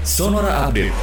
Sonora Update.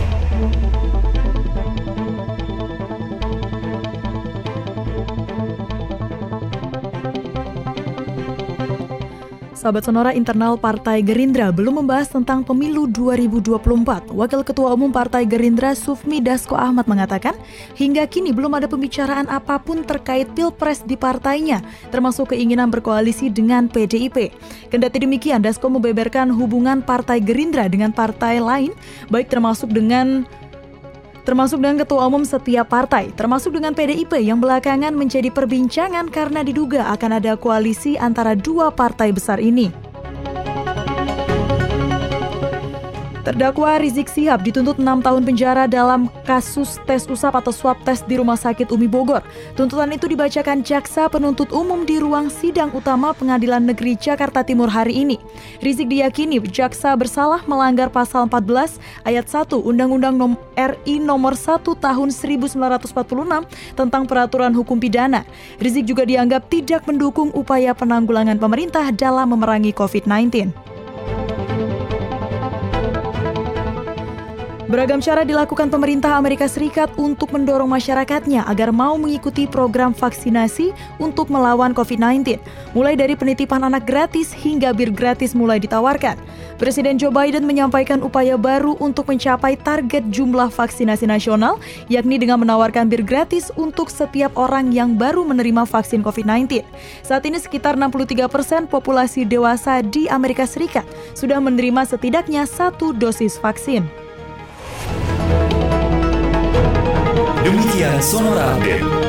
Sahabat Sonora, internal Partai Gerindra belum membahas tentang pemilu 2024. Wakil Ketua Umum Partai Gerindra Sufmi Dasko Ahmad mengatakan, hingga kini belum ada pembicaraan apapun terkait Pilpres di partainya, termasuk keinginan berkoalisi dengan PDIP. Kendati demikian, Dasko membeberkan hubungan Partai Gerindra dengan partai lain, baik termasuk dengan Ketua Umum setiap partai, termasuk dengan PDIP yang belakangan menjadi perbincangan karena diduga akan ada koalisi antara dua partai besar ini. Terdakwa Rizik Syihab dituntut 6 tahun penjara dalam kasus tes usap atau swab test di Rumah Sakit Umi Bogor. Tuntutan itu dibacakan jaksa penuntut umum di ruang sidang utama Pengadilan Negeri Jakarta Timur hari ini. Rizik diyakini jaksa bersalah melanggar pasal 14 ayat 1 Undang-Undang RI nomor 1 tahun 1946 tentang peraturan hukum pidana. Rizik juga dianggap tidak mendukung upaya penanggulangan pemerintah dalam memerangi COVID-19. Beragam cara dilakukan pemerintah Amerika Serikat untuk mendorong masyarakatnya agar mau mengikuti program vaksinasi untuk melawan COVID-19. Mulai dari penitipan anak gratis hingga bir gratis mulai ditawarkan. Presiden Joe Biden menyampaikan upaya baru untuk mencapai target jumlah vaksinasi nasional, yakni dengan menawarkan bir gratis untuk setiap orang yang baru menerima vaksin COVID-19. Saat ini sekitar 63% populasi dewasa di Amerika Serikat sudah menerima setidaknya 1 dosis vaksin. Demikian Sonora Update.